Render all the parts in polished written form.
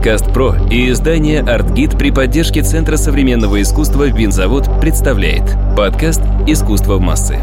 Подкаст «Про» и издание «Артгид» при поддержке Центра современного искусства «Винзавод» представляет подкаст «Искусство в массы».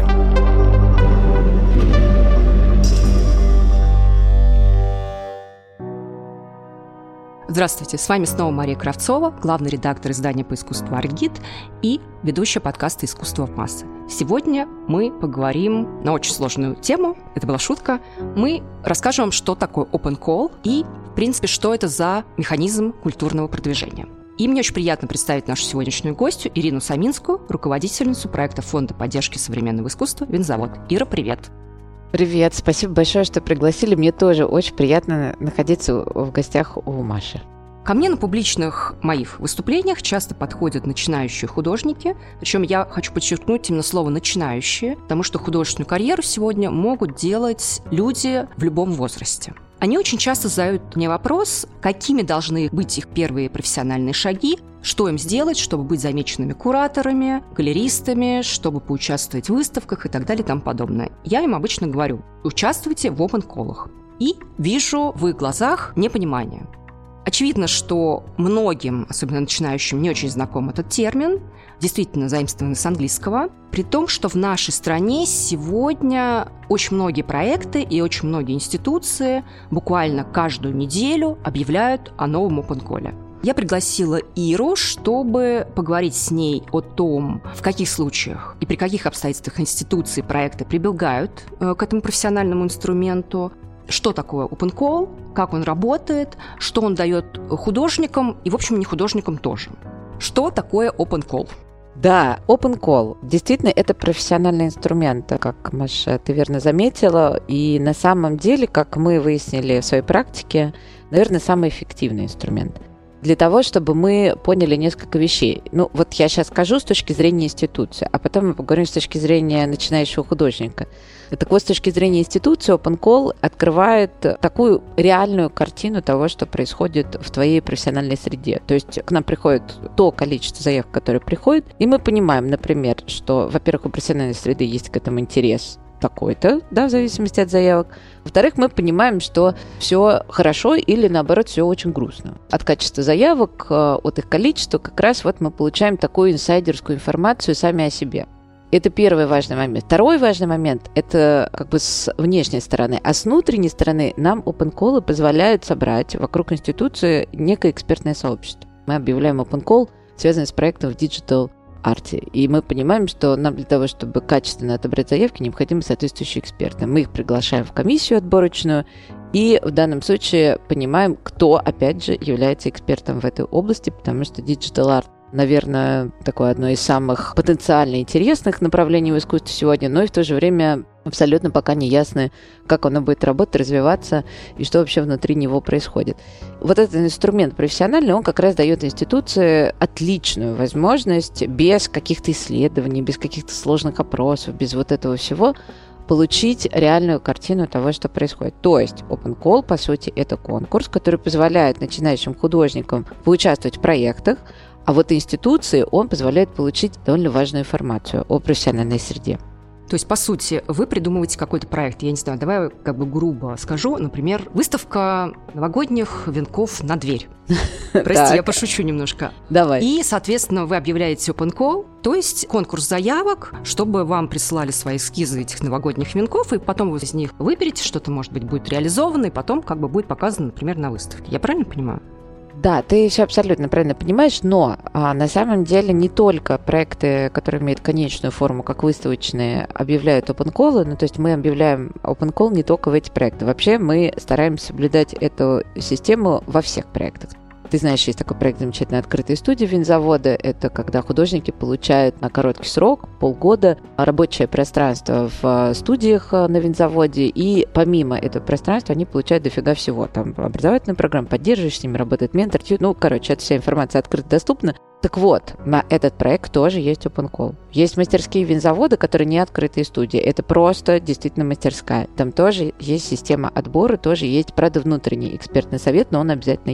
Здравствуйте, с вами снова Мария Кравцова, главный редактор издания по искусству «Артгид» и ведущая подкаста «Искусство в массы». Сегодня мы поговорим на очень сложную тему, это была шутка. Мы расскажем вам, что такое Open Call и, в принципе, что это за механизм культурного продвижения. И мне очень приятно представить нашу сегодняшнюю гостью Ирину Саминскую, руководительницу проекта Фонда поддержки современного искусства «Винзавод». Ира, привет! Привет, спасибо большое, что пригласили. Мне тоже очень приятно находиться в гостях у Маши. Ко мне на публичных моих выступлениях часто подходят начинающие художники, причем я хочу подчеркнуть именно слово «начинающие», потому что художественную карьеру сегодня могут делать люди в любом возрасте. Они очень часто задают мне вопрос, какими должны быть их первые профессиональные шаги, что им сделать, чтобы быть замеченными кураторами, галеристами, чтобы поучаствовать в выставках и так далее и тому подобное. Я им обычно говорю: участвуйте в open-call'ах. И вижу в их глазах непонимание. Очевидно, что многим, особенно начинающим, не очень знаком этот термин, действительно заимствованный с английского, при том, что в нашей стране сегодня очень многие проекты и очень многие институции буквально каждую неделю объявляют о новом open-call'е. Я пригласила Иру, чтобы поговорить с ней о том, в каких случаях и при каких обстоятельствах институции, проекты прибегают к этому профессиональному инструменту, что такое Open Call, как он работает, что он дает художникам и, в общем, не художникам тоже. Что такое Open Call? Да, Open Call. Действительно, это профессиональный инструмент, как, Маша, ты верно заметила. И на самом деле, как мы выяснили в своей практике, наверное, самый эффективный инструмент. Для того, чтобы мы поняли несколько вещей. Вот я сейчас скажу с точки зрения институции, а потом мы поговорим с точки зрения начинающего художника. Так вот, с точки зрения институции, Open Call открывает такую реальную картину того, что происходит в твоей профессиональной среде. То есть к нам приходит то количество заявок, которые приходят, и мы понимаем, например, что, во-первых, у профессиональной среды есть к этому интерес такой-то, да, в зависимости от заявок. Во-вторых, мы понимаем, что все хорошо или, наоборот, все очень грустно. От качества заявок, от их количества, как раз вот мы получаем такую инсайдерскую информацию сами о себе. Это первый важный момент. Второй важный момент – это как бы с внешней стороны. А с внутренней стороны нам Open Call позволяют собрать вокруг институции некое экспертное сообщество. Мы объявляем Open Call, связанный с проектом в Digital Арте. И мы понимаем, что нам для того, чтобы качественно отобрать заявки, необходимы соответствующие эксперты. Мы их приглашаем в комиссию отборочную и в данном случае понимаем, кто, опять же, является экспертом в этой области, потому что Digital Art, наверное, такое одно из самых потенциально интересных направлений в искусстве сегодня, но и в то же время абсолютно пока не ясно, как оно будет работать, развиваться и что вообще внутри него происходит. Вот этот инструмент профессиональный, он как раз дает институции отличную возможность без каких-то исследований, без каких-то сложных опросов, без вот этого всего получить реальную картину того, что происходит. То есть Open Call, по сути, это конкурс, который позволяет начинающим художникам поучаствовать в проектах, а вот институции он позволяет получить довольно важную информацию о профессиональной среде. То есть, по сути, вы придумываете какой-то проект. Я не знаю, давай как бы грубо скажу. Например, выставка новогодних венков на дверь. Прости, я пошучу немножко. Давай. И, соответственно, вы объявляете Open Call, то есть конкурс заявок, чтобы вам присылали свои эскизы этих новогодних венков, и потом вы из них выберете, что-то, может быть, будет реализовано, и потом как бы будет показано, например, на выставке. Я правильно понимаю? Да, ты все абсолютно правильно понимаешь, но на самом деле не только проекты, которые имеют конечную форму, как выставочные, объявляют Open Call, то есть мы объявляем Open Call не только в эти проекты. Вообще мы стараемся соблюдать эту систему во всех проектах. Ты знаешь, есть такой проект замечательной открытой студии Винзавода. Это когда художники получают на короткий срок, полгода, рабочее пространство в студиях на Винзаводе. И помимо этого пространства они получают дофига всего. Там образовательную программу поддерживаешь, с ними работает ментор. Эта вся информация открыто доступна. Так вот, на этот проект тоже есть Open Call. Есть мастерские Винзавода, которые не открытые студии. Это просто действительно мастерская. Там тоже есть система отбора, тоже есть, правда, внутренний экспертный совет, но он обязательно есть.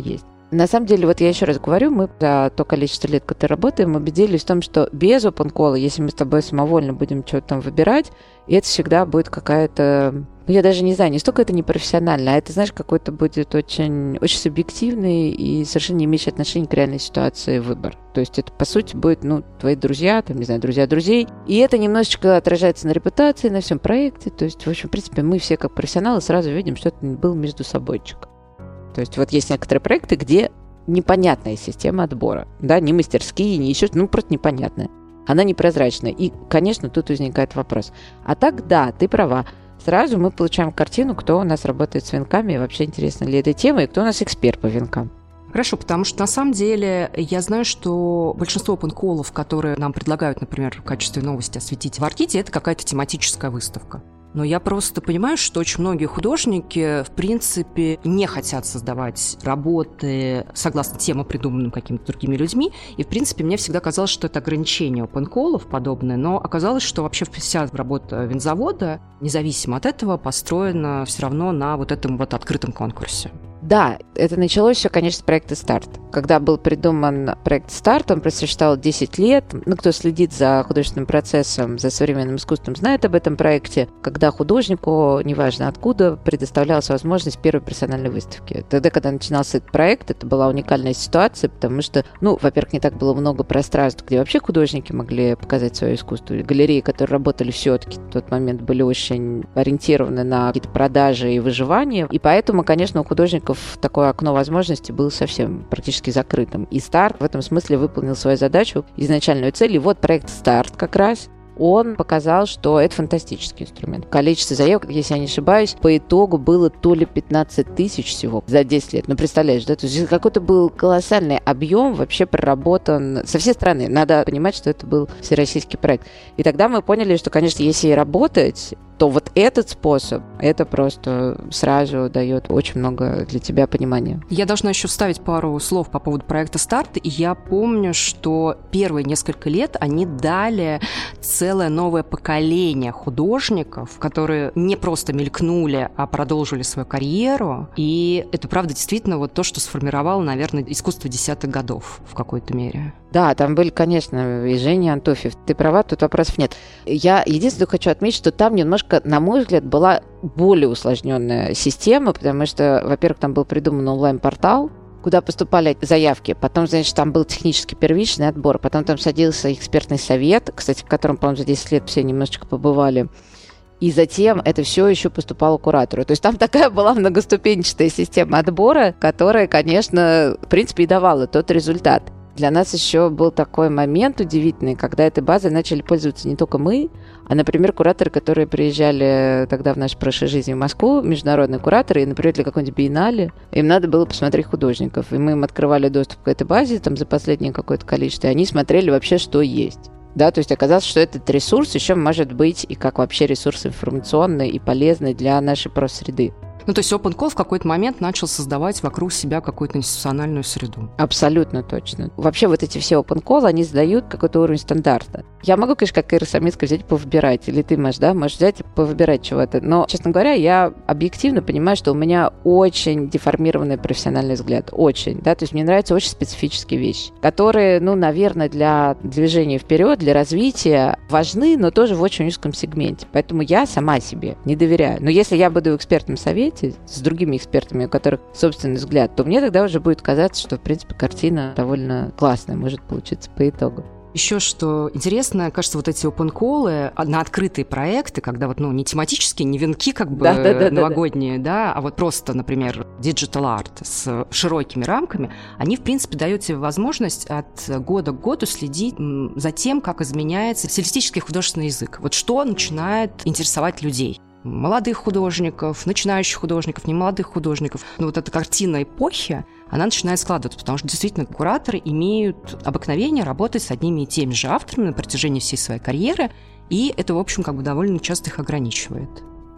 На самом деле, вот я еще раз говорю, мы за то количество лет, которое работаем, убедились в том, что без open call, если мы с тобой самовольно будем что-то там выбирать, это всегда будет какая-то... я даже не знаю, не столько это непрофессионально, а это, знаешь, какой-то будет очень, очень субъективный и совершенно не имеющий отношения к реальной ситуации выбор. То есть это, по сути, будет, твои друзья, там, не знаю, друзья друзей. И это немножечко отражается на репутации, на всем проекте. То есть, в общем, в принципе, мы все как профессионалы сразу видим, что это был между собойчик. То есть вот есть некоторые проекты, где непонятная система отбора. Да, не мастерские, не еще, просто непонятная. Она непрозрачная. И, конечно, тут возникает вопрос. А так, да, ты права. Сразу мы получаем картину, кто у нас работает с венками, и вообще интересна ли эта тема, и кто у нас эксперт по венкам. Хорошо, потому что на самом деле я знаю, что большинство open-call'ов, которые нам предлагают, например, в качестве новости осветить в Арките, это какая-то тематическая выставка. Но я просто понимаю, что очень многие художники, в принципе, не хотят создавать работы согласно темам, придуманным какими-то другими людьми. И, в принципе, мне всегда казалось, что это ограничение open-call'ов подобное. Но оказалось, что вообще вся работа винзавода, независимо от этого, построена все равно на вот этом вот открытом конкурсе. Да, это началось все, конечно, с проекта «Старт». Когда был придуман проект «Старт», он просуществовал 10 лет. Кто следит за художественным процессом, за современным искусством, знает об этом проекте, когда художнику, неважно откуда, предоставлялась возможность первой персональной выставки. Тогда, когда начинался этот проект, это была уникальная ситуация, потому что, во-первых, не так было много пространств, где вообще художники могли показать свое искусство. Галереи, которые работали все-таки в тот момент, были очень ориентированы на какие-то продажи и выживание. И поэтому, конечно, у художников такое окно возможностей было совсем практически закрытым. И «Старт» в этом смысле выполнил свою задачу, изначальную цель. И вот проект «Старт» как раз, он показал, что это фантастический инструмент. Количество заявок, если я не ошибаюсь, по итогу было то ли 15 тысяч всего за 10 лет. Представляешь, да? То есть какой-то был колоссальный объем вообще проработан со всей страны. Надо понимать, что это был всероссийский проект. И тогда мы поняли, что, конечно, если работать, то вот этот способ, это просто сразу дает очень много для тебя понимания. Я должна еще вставить пару слов по поводу проекта «Старт». И я помню, что первые несколько лет они дали целое новое поколение художников, которые не просто мелькнули, а продолжили свою карьеру. И это, правда, действительно вот то, что сформировало, наверное, искусство десятых годов в какой-то мере. Да, там были, конечно, и Женя Антофьев. Ты права, тут вопросов нет. Я единственное хочу отметить, что там немножко, на мой взгляд, была более усложненная система, потому что, во-первых, там был придуман онлайн-портал, куда поступали заявки. Потом, значит, там был технический первичный отбор. Потом там садился экспертный совет, кстати, в котором, по-моему, за 10 лет все немножечко побывали. И затем это все еще поступало куратору. То есть там такая была многоступенчатая система отбора, которая, конечно, в принципе, и давала тот результат. Для нас еще был такой момент удивительный, когда этой базой начали пользоваться не только мы, а, например, кураторы, которые приезжали тогда в нашу прошлой жизни в Москву, международные кураторы, и, например, для какой-нибудь биеннале, им надо было посмотреть художников. И мы им открывали доступ к этой базе там, за последнее какое-то количество, и они смотрели вообще, что есть. Да, то есть оказалось, что этот ресурс еще может быть и как вообще ресурс информационный и полезный для нашей профсреды. То есть open-call в какой-то момент начал создавать вокруг себя какую-то институциональную среду. Абсолютно точно. Вообще вот эти все open-call, они задают какой-то уровень стандарта. Я могу, конечно, как Ира Самицкая взять и повыбирать, или ты можешь взять и повыбирать чего-то. Но, честно говоря, я объективно понимаю, что у меня очень деформированный профессиональный взгляд. Очень, да, то есть мне нравятся очень специфические вещи, которые, наверное, для движения вперед, для развития важны, но тоже в очень узком сегменте. Поэтому я сама себе не доверяю. Но если я буду в экспертном совете, с другими экспертами, у которых собственный взгляд, то мне тогда уже будет казаться, что, в принципе, картина довольно классная может получиться по итогу. Еще что интересно, кажется, вот эти open-call'ы на открытые проекты, когда вот, не тематические, не венки как бы новогодние, да, а вот просто, например, digital art с широкими рамками, они, в принципе, дают тебе возможность от года к году следить за тем, как изменяется стилистический художественный язык. Вот что начинает интересовать людей. Молодых художников, начинающих художников, немолодых художников. Вот эта картина эпохи, она начинает складываться, потому что действительно кураторы имеют обыкновение работать с одними и теми же авторами на протяжении всей своей карьеры, и это, в общем, довольно часто их ограничивает.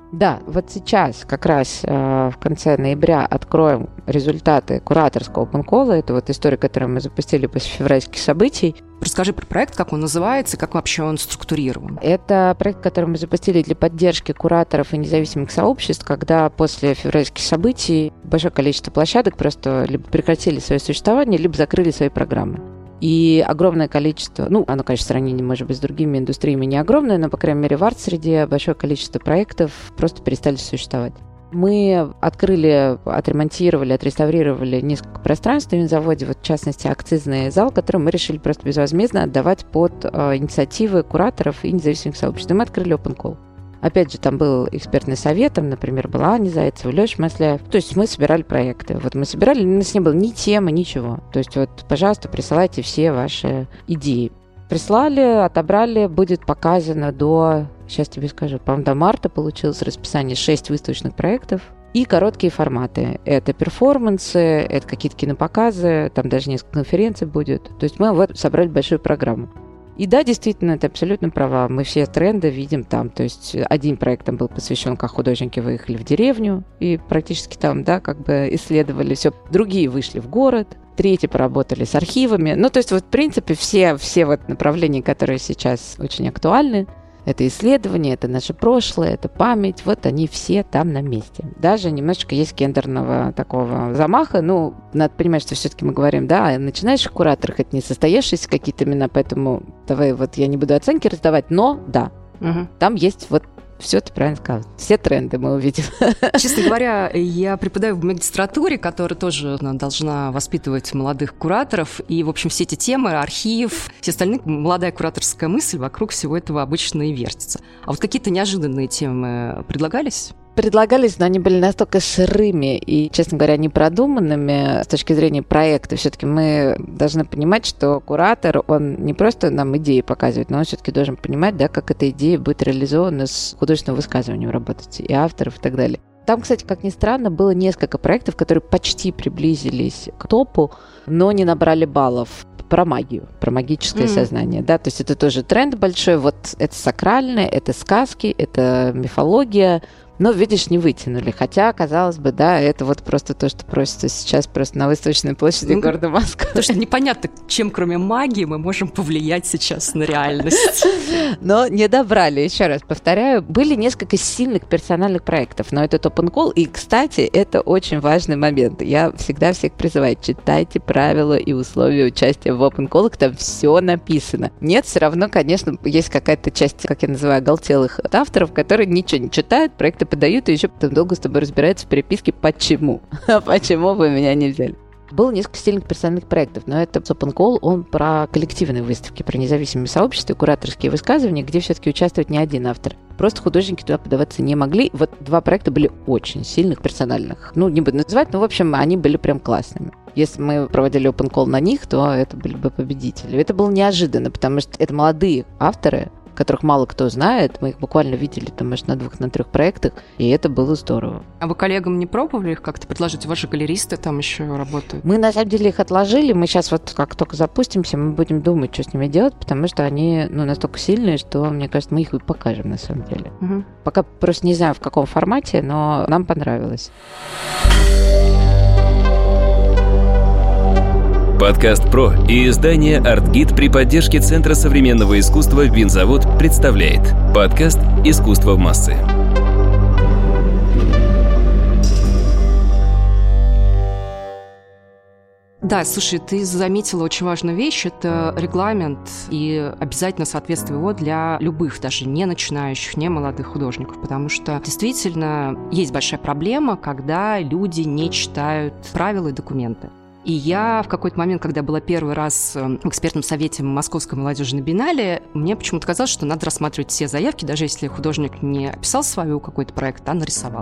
Да, вот сейчас как раз в конце ноября откроем результаты кураторского Open Call. Это вот история, которую мы запустили после февральских событий. Расскажи про проект, как он называется, как вообще он структурирован. Это проект, который мы запустили для поддержки кураторов и независимых сообществ, когда после февральских событий большое количество площадок просто либо прекратили свое существование, либо закрыли свои программы. И огромное количество, оно, конечно, в сравнении, может быть, с другими индустриями не огромное, но, по крайней мере, в арт-среде большое количество проектов просто перестали существовать. Мы открыли, отремонтировали, отреставрировали несколько пространств на винзаводе, вот в частности акцизный зал, который мы решили просто безвозмездно отдавать под инициативы кураторов и независимых сообществ. И мы открыли Open Call. Опять же, там был экспертный совет, там, например, была Аня Зайцева, Лёша Масляев. То есть мы собирали проекты. Вот мы собирали, у нас не было ни темы, ничего. То есть вот, пожалуйста, присылайте все ваши идеи. Прислали, отобрали, будет показано сейчас тебе скажу, по-моему, до марта получилось расписание 6 выставочных проектов и короткие форматы. Это перформансы, это какие-то кинопоказы, там даже несколько конференций будет. То есть мы вот собрали большую программу. И да, действительно, ты абсолютно права. Мы все тренды видим там. То есть один проект там был посвящен, как художники выехали в деревню и практически там, исследовали все. Другие вышли в город. Третьи поработали с архивами. То есть вот в принципе все вот направления, которые сейчас очень актуальны, это исследование, это наше прошлое, это память, вот они все там на месте. Даже немножечко есть гендерного такого замаха. Надо понимать, что все-таки мы говорим, о начинающих кураторах, это не состоявшиеся какие-то имена, поэтому давай вот я не буду оценки раздавать, но да, там есть вот все ты правильно сказал. Все тренды мы увидим. Честно говоря, я преподаю в магистратуре, которая тоже должна воспитывать молодых кураторов. И, в общем, все эти темы, архив, все остальные, молодая кураторская мысль вокруг всего этого обычно и вертится. А вот какие-то неожиданные темы предлагались? Предлагались, но они были настолько сырыми и, честно говоря, непродуманными с точки зрения проекта. Все-таки мы должны понимать, что куратор, он не просто нам идеи показывает, но он все-таки должен понимать, как эта идея будет реализована с художественным высказыванием работать, и авторов, и так далее. Там, кстати, как ни странно, было несколько проектов, которые почти приблизились к топу, но не набрали баллов. Про магию, про магическое сознание, то есть это тоже тренд большой, вот это сакральное, это сказки, это мифология, но, видишь, не вытянули, хотя, казалось бы, это вот просто то, что просится сейчас просто на выставочной площади города Москвы. Потому что непонятно, чем, кроме магии, мы можем повлиять сейчас на реальность. Но не добрали, еще раз повторяю, были несколько сильных персональных проектов, но этот Open Call, и, кстати, это очень важный момент. Я всегда всех призываю, читайте правила и условия участия в Open Call, там все написано. Нет, все равно, конечно, есть какая-то часть, как я называю, оголтелых авторов, которые ничего не читают, проекты подают и еще потом долго с тобой разбираются в переписке, почему. Почему вы меня не взяли? Было несколько сильных персональных проектов, но это Open Call, он про коллективные выставки, про независимые сообщества, кураторские высказывания, где все-таки участвует не один автор. Просто художники туда подаваться не могли. Вот 2 проекта были очень сильных, персональных. Не буду называть, но, в общем, они были прям классными. Если мы проводили Open Call на них, то это были бы победители. Это было неожиданно, потому что это молодые авторы, которых мало кто знает. Мы их буквально видели, может, на 2-3 проектах, и это было здорово. А вы коллегам не пробовали их как-то предложить? Ваши галеристы там еще работают? Мы, на самом деле, их отложили. Мы сейчас вот как только запустимся, мы будем думать, что с ними делать, потому что они, настолько сильные, что, мне кажется, мы их и покажем, на самом деле. Пока просто не знаю, в каком формате, но нам понравилось. Подкаст «Про» и издание «Артгид» при поддержке Центра современного искусства «Винзавод» представляет подкаст «Искусство в массы». Да, слушай, ты заметила очень важную вещь. Это регламент и обязательно соответствие его для любых, даже не начинающих, не молодых художников. Потому что действительно есть большая проблема, когда люди не читают правила и документы. И я в какой-то момент, когда была первый раз в экспертном совете Московской молодежной биеннале, мне почему-то казалось, что надо рассматривать все заявки, даже если художник не описал свою какой-то проект, а нарисовал его.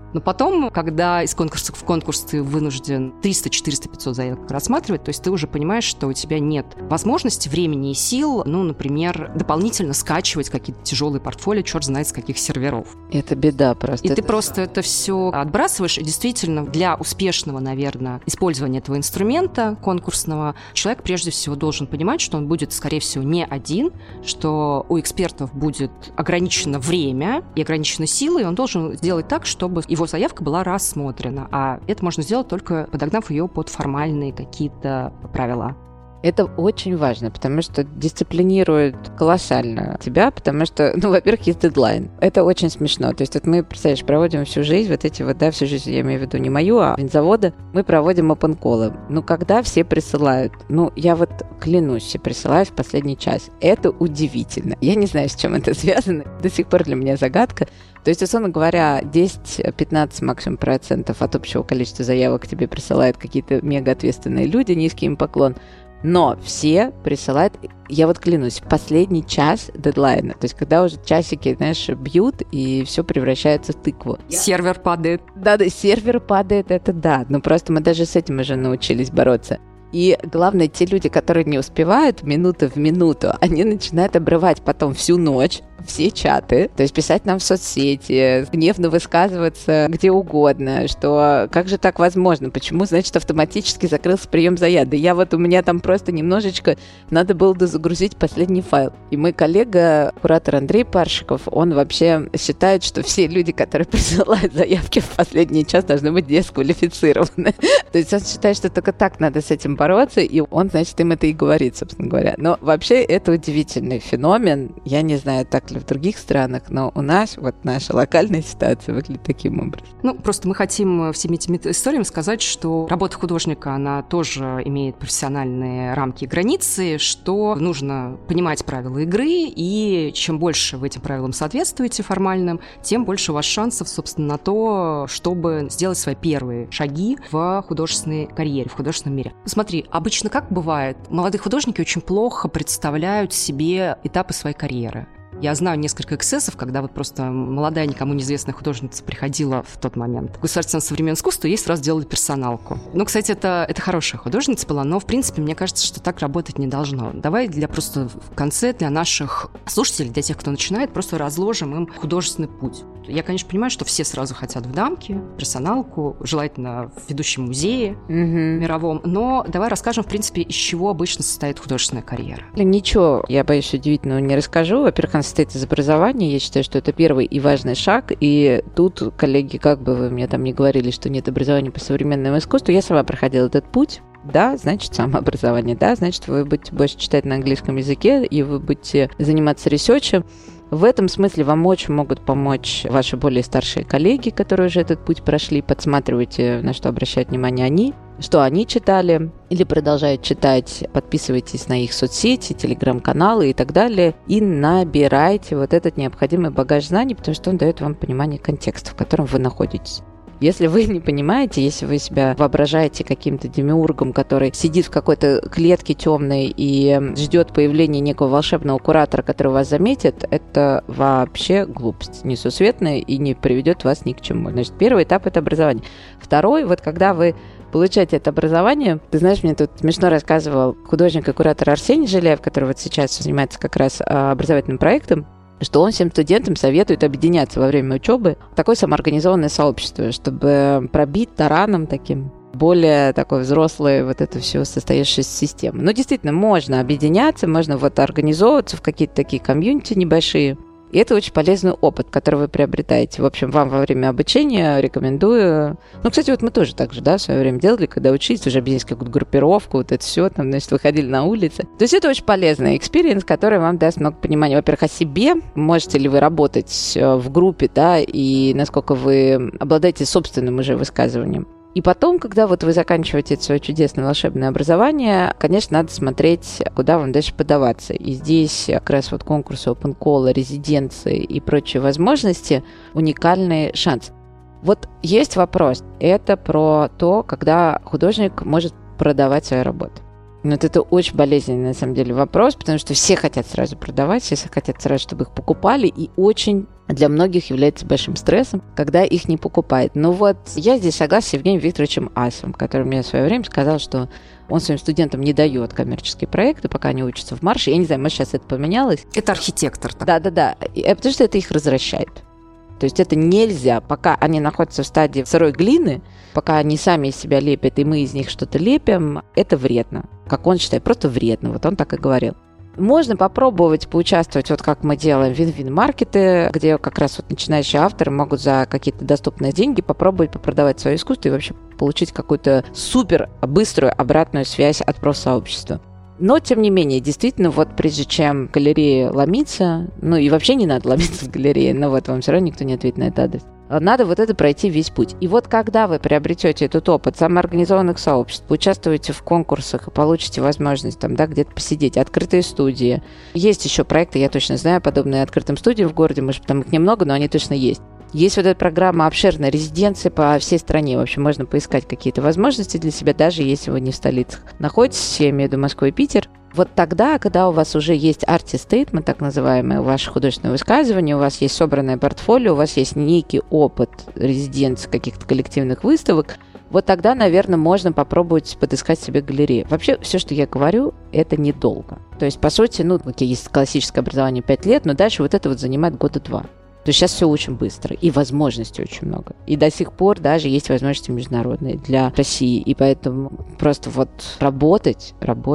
Но потом, когда из конкурса в конкурс ты вынужден 300, 400, 500 заявок рассматривать, то есть ты уже понимаешь, что у тебя нет возможности, времени и сил, например, дополнительно скачивать какие-то тяжелые портфолио, черт знает с каких серверов. Это беда просто. И ты просто это все отбрасываешь, и действительно для успешного, наверное, использования этого инструмента конкурсного человек прежде всего должен понимать, что он будет, скорее всего, не один, что у экспертов будет ограничено время и ограничены силы, и он должен сделать так, чтобы его заявка была рассмотрена. А это можно сделать только подогнав ее под формальные какие-то правила. Это очень важно, потому что дисциплинирует колоссально тебя, потому что, во-первых, есть дедлайн. Это очень смешно. То есть вот мы, представляешь, проводим всю жизнь, всю жизнь, я имею в виду не мою, а винзавода, мы проводим open-call. Когда все присылают? Я клянусь, все присылают в последний час. Это удивительно. Я не знаю, с чем это связано. До сих пор для меня загадка. То есть, условно говоря, 10-15 максимум процентов от общего количества заявок тебе присылают какие-то мега ответственные люди, низкий им поклон. Но все присылают, я клянусь, в последний час дедлайна. То есть, когда уже часики, бьют, и все превращается в тыкву. Сервер падает. Да, сервер падает, это да. Но просто мы даже с этим уже научились бороться. И главное, те люди, которые не успевают минута в минуту, они начинают обрывать потом всю ночь все чаты, то есть писать нам в соцсети, гневно высказываться где угодно, что как же так возможно, почему, значит, автоматически закрылся прием заявок. Да у меня там просто немножечко надо было дозагрузить последний файл. И мой коллега, куратор Андрей Паршиков, он вообще считает, что все люди, которые присылают заявки в последний час, должны быть дисквалифицированы. То есть он считает, что только так надо с этим бороться, и он, значит, им это и говорит, собственно говоря. Но вообще это удивительный феномен. Я не знаю, так ли в других странах, но у нас наша локальная ситуация выглядит таким образом. Просто мы хотим всеми этими историями сказать, что работа художника, она тоже имеет профессиональные рамки и границы, что нужно понимать правила игры, и чем больше вы этим правилам соответствуете формальным, тем больше у вас шансов, собственно, на то, чтобы сделать свои первые шаги в художественной карьере, в художественном мире. Смотри, обычно как бывает? Молодые художники очень плохо представляют себе этапы своей карьеры. Я знаю несколько эксцессов, когда просто молодая, никому неизвестная художница приходила в тот момент в Государственное современное искусство, и ей сразу делали персоналку. Кстати, это хорошая художница была, но, в принципе, мне кажется, что так работать не должно. Давай просто в конце для наших слушателей, для тех, кто начинает, просто разложим им художественный путь. Я, конечно, понимаю, что все сразу хотят в дамке, персоналку, желательно в ведущем музее мировом, но давай расскажем, в принципе, из чего обычно состоит художественная карьера. Ничего, я боюсь, удивительного не расскажу. Во-первых, она состоит из образования. Я считаю, что это первый и важный шаг. И тут, коллеги, как бы вы мне там не говорили, что нет образования по современному искусству, я сама проходила этот путь. Да, значит, самообразование. Да, значит, вы будете больше читать на английском языке, и вы будете заниматься ресерчем. В этом смысле вам очень могут помочь ваши более старшие коллеги, которые уже этот путь прошли. Подсматривайте, на что обращают внимание они, что они читали или продолжают читать. Подписывайтесь на их соцсети, телеграм-каналы и так далее. И набирайте этот необходимый багаж знаний, потому что он дает вам понимание контекста, в котором вы находитесь. Если вы не понимаете, если вы себя воображаете каким-то демиургом, который сидит в какой-то клетке темной и ждет появления некого волшебного куратора, который вас заметит, это вообще глупость несусветная и не приведет вас ни к чему. Значит, первый этап – это образование. Второй, когда вы получаете это образование, ты знаешь, мне тут смешно рассказывал художник и куратор Арсений Жиляев, который сейчас занимается как раз образовательным проектом, что он всем студентам советует объединяться во время учебы в такое самоорганизованное сообщество, чтобы пробить тараном таким более такой взрослой это все состоявшейся системы. Но действительно, можно объединяться, можно организовываться в какие-то такие комьюнити небольшие. И это очень полезный опыт, который вы приобретаете. В общем, вам во время обучения рекомендую. Кстати, мы тоже так же, в свое время делали, когда учились, уже объединились какую-то группировку, это все, выходили на улицы. То есть это очень полезный экспириенс, который вам даст много понимания, во-первых, о себе, можете ли вы работать в группе, и насколько вы обладаете собственным уже высказыванием. И потом, когда вы заканчиваете это свое чудесное волшебное образование, конечно, надо смотреть, куда вам дальше подаваться. И здесь как раз конкурсы open call, резиденции и прочие возможности – уникальный шанс. Есть вопрос. Это про то, когда художник может продавать свои работы. Это очень болезненный, на самом деле, вопрос, потому что все хотят сразу продавать, все хотят сразу, чтобы их покупали, и очень для многих является большим стрессом, когда их не покупают. Но вот я здесь согласна с Евгением Викторовичем Асовым, который мне в свое время сказал, что он своим студентам не дает коммерческие проекты, пока они учатся в марше. Я не знаю, может, сейчас это поменялось. Это архитектор. Да. Потому что это их развращает. То есть это нельзя, пока они находятся в стадии сырой глины, пока они сами из себя лепят, и мы из них что-то лепим, это вредно. Как он считает, просто вредно. Вот он так и говорил. Можно попробовать поучаствовать, вот как мы делаем вин-вин-маркеты, где как раз вот начинающие авторы могут за какие-то доступные деньги попробовать попродавать свое искусство и вообще получить какую-то супер быструю обратную связь от профсообщества. Но, тем не менее, действительно, вот прежде чем галерея ломится, ну и вообще не надо ломиться в галерее, но вот вам все равно никто не ответит на этот адрес. Надо вот это пройти весь путь. И вот когда вы приобретете этот опыт самоорганизованных сообществ, участвуете в конкурсах и получите возможность там, да, где-то посидеть, открытые студии. Есть еще проекты, я точно знаю, подобные открытым студиям в городе, может, там их немного, но они точно есть. Есть вот эта программа обширная, резиденции по всей стране. В общем, можно поискать какие-то возможности для себя, даже если вы не в столицах находитесь, я имею в виду Москву и Питер. Вот тогда, когда у вас уже есть арти-стейтмент, так называемое, ваше художественное высказывание, у вас есть собранное портфолио, у вас есть некий опыт резиденции каких-то коллективных выставок, вот тогда, наверное, можно попробовать подыскать себе галерею. Вообще, все, что я говорю, это недолго. То есть, по сути, есть классическое образование 5 лет, но дальше вот это вот занимает года 2. То есть сейчас все очень быстро, и возможностей очень много. И до сих пор даже есть возможности международные для России. И поэтому просто вот работать.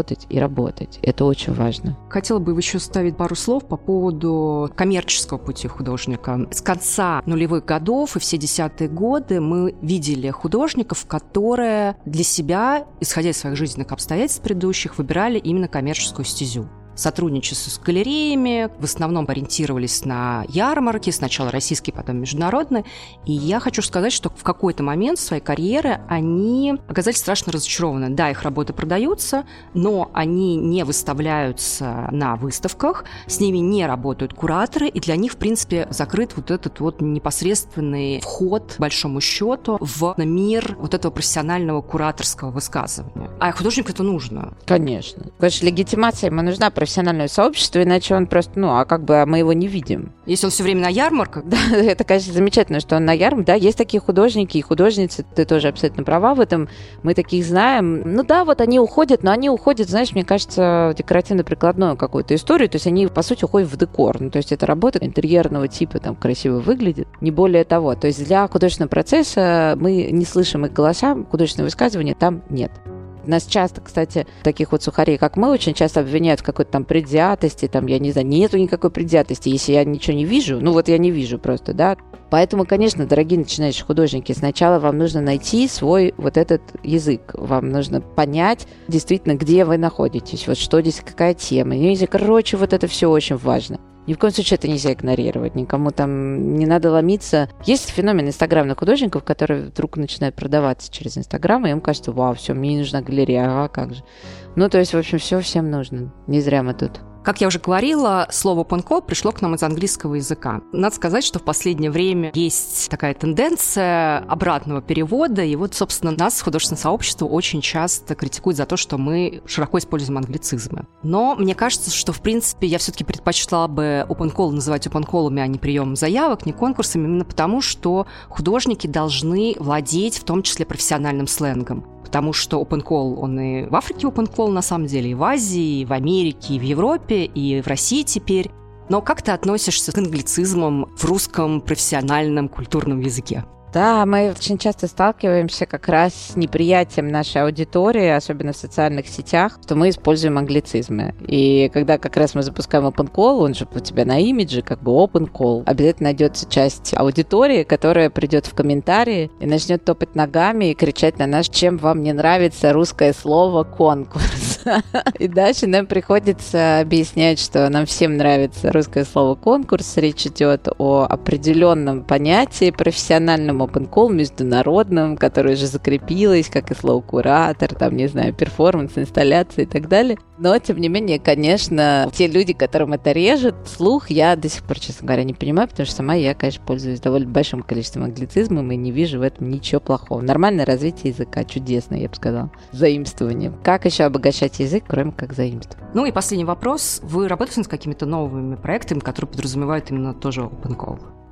Это очень важно. Хотела бы еще ставить пару слов по поводу коммерческого пути художника. С конца нулевых годов и все десятые годы мы видели художников, которые для себя, исходя из своих жизненных обстоятельств предыдущих, выбирали именно коммерческую стезю. Сотрудничество с галереями, в основном ориентировались на ярмарки, сначала российские, потом международные. И я хочу сказать, что в какой-то момент своей карьеры они оказались страшно разочарованы. Да, их работы продаются, но они не выставляются на выставках, с ними не работают кураторы, и для них, в принципе, закрыт вот этот вот непосредственный вход, по большому счету, в мир вот этого профессионального кураторского высказывания. А художнику это нужно. Конечно. Конечно, легитимация ему нужна, профессиональное сообщество, иначе он просто, мы его не видим. Если он все время на ярмарках. Да, это, конечно, замечательно, что он на ярмарках. Да, есть такие художники и художницы, ты тоже абсолютно права в этом, мы таких знаем. Вот они уходят, но они уходят, знаешь, мне кажется, в декоративно-прикладную какую-то историю, то есть они, по сути, уходят в декор. То есть это работа интерьерного типа, там, красиво выглядит, не более того. То есть для художественного процесса мы не слышим их голоса, художественного высказывания там нет. Нас часто, кстати, таких вот сухарей, как мы, очень часто обвиняют в какой-то там предвзятости, там, я не знаю, нету никакой предвзятости, если я ничего не вижу, я не вижу просто, да. Поэтому, конечно, дорогие начинающие художники, сначала вам нужно найти свой вот этот язык, вам нужно понять действительно, где вы находитесь, вот что здесь, какая тема. Короче, вот это все очень важно. Ни в коем случае это нельзя игнорировать, никому там не надо ломиться. Есть феномен инстаграмных художников, которые вдруг начинают продаваться через Инстаграм, и им кажется, вау, все, мне не нужна галерея, как же. То есть, в общем, все всем нужно. Не зря мы тут. Как я уже говорила, слово open call пришло к нам из английского языка. Надо сказать, что в последнее время есть такая тенденция обратного перевода, и вот, собственно, нас, художественное сообщество, очень часто критикует за то, что мы широко используем англицизмы. Но мне кажется, что, в принципе, я все-таки предпочла бы open call называть open call'ами, а не приемом заявок, не конкурсами, именно потому, что художники должны владеть в том числе профессиональным сленгом. Потому что open call, он и в Африке open call, на самом деле, и в Азии, и в Америке, и в Европе, и в России теперь. Но как ты относишься к англицизмам в русском профессиональном культурном языке? Да, мы очень часто сталкиваемся как раз с неприятием нашей аудитории, особенно в социальных сетях, что мы используем англицизмы. И когда как раз мы запускаем open call, он же у тебя на имидже как бы open call, обязательно найдется часть аудитории, которая придет в комментарии и начнет топать ногами и кричать на нас, чем вам не нравится русское слово «конкурс». И дальше нам приходится объяснять, что нам всем нравится русское слово «конкурс». Речь идет о определенном понятии профессиональном open call, международном, которое уже закрепилось, как и слово «куратор», там, не знаю, перформанс, инсталляция и так далее. Но, тем не менее, конечно, те люди, которым это режет слух, я до сих пор, честно говоря, не понимаю, потому что сама я, конечно, пользуюсь довольно большим количеством англицизмов и не вижу в этом ничего плохого. Нормальное развитие языка, чудесное, я бы сказала, заимствование. Как еще обогащать язык, кроме как заимствовать? И последний вопрос. Вы работаете над какими-то новыми проектами, которые подразумевают именно тоже open call?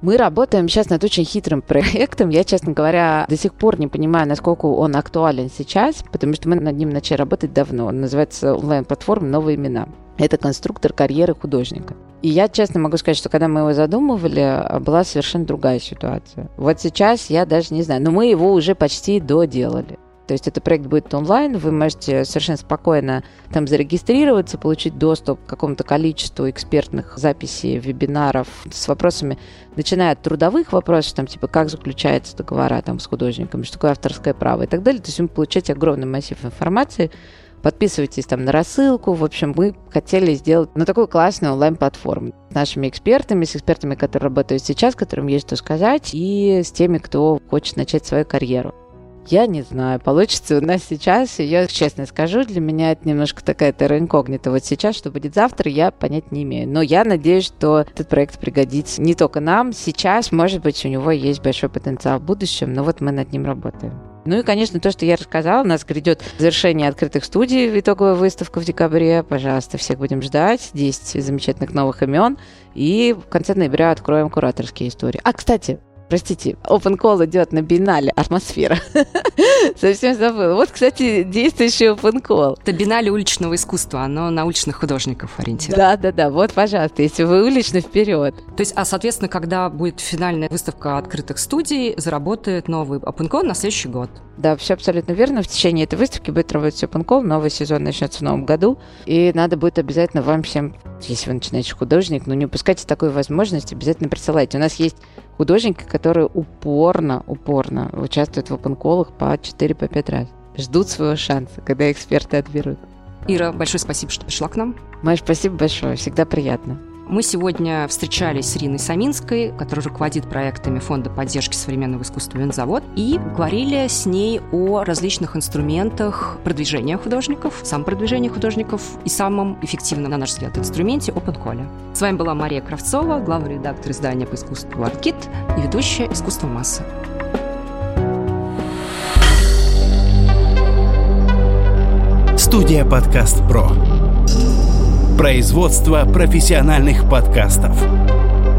Мы работаем сейчас над очень хитрым проектом. Я, честно говоря, до сих пор не понимаю, насколько он актуален сейчас, потому что мы над ним начали работать давно. Он называется онлайн-платформа «Новые имена». Это конструктор карьеры художника. И я честно могу сказать, что когда мы его задумывали, была совершенно другая ситуация. Вот сейчас я даже не знаю, но мы его уже почти доделали. То есть этот проект будет онлайн, вы можете совершенно спокойно там зарегистрироваться, получить доступ к какому-то количеству экспертных записей, вебинаров с вопросами, начиная от трудовых вопросов, там типа как заключаются договора там, с художниками, что такое авторское право и так далее. То есть вы получаете огромный массив информации, подписывайтесь там на рассылку. В общем, мы хотели сделать такую классную онлайн-платформу с нашими экспертами, с экспертами, которые работают сейчас, которым есть что сказать, и с теми, кто хочет начать свою карьеру. Я не знаю, получится у нас сейчас, и я честно скажу, для меня это немножко такая терра инкогнита. Вот сейчас, что будет завтра, я понять не имею. Но я надеюсь, что этот проект пригодится не только нам. Сейчас, может быть, у него есть большой потенциал в будущем, но вот мы над ним работаем. Ну и, конечно, то, что я рассказала, у нас грядет завершение открытых студий, итоговая выставка в декабре. Пожалуйста, всех будем ждать. 10 замечательных новых имен. И в конце ноября откроем кураторские истории. Кстати, простите, Open Call идет на биеннале «Атмосфера». Совсем забыла. Вот, кстати, действующий Open Call. Это биеннале уличного искусства, оно на уличных художников ориентировано. Да. Вот, пожалуйста, если вы уличный, вперед. То есть, соответственно, когда будет финальная выставка открытых студий, заработает новый Open Call на следующий год. Да, все абсолютно верно. В течение этой выставки будет работать Open Call. Новый сезон начнется в новом году. И надо будет обязательно вам всем, если вы начинающий художник, не упускайте такую возможность, обязательно присылайте. У нас есть художники, которые упорно участвуют в опенколах по 4-5 раз. Ждут своего шанса, когда эксперты отберут. Ира, большое спасибо, что пришла к нам. Маш, спасибо большое, всегда приятно. Мы сегодня встречались с Ириной Саминской, которая руководит проектами Фонда поддержки современного искусства «Винзавод», и говорили с ней о различных инструментах продвижения художников, самопродвижения художников и самом эффективном, на наш взгляд, инструменте Open Call. С вами была Мария Кравцова, главный редактор издания по искусству «Арткит» и ведущая «Искусство массы». Студия «Подкаст Про». Производство профессиональных подкастов.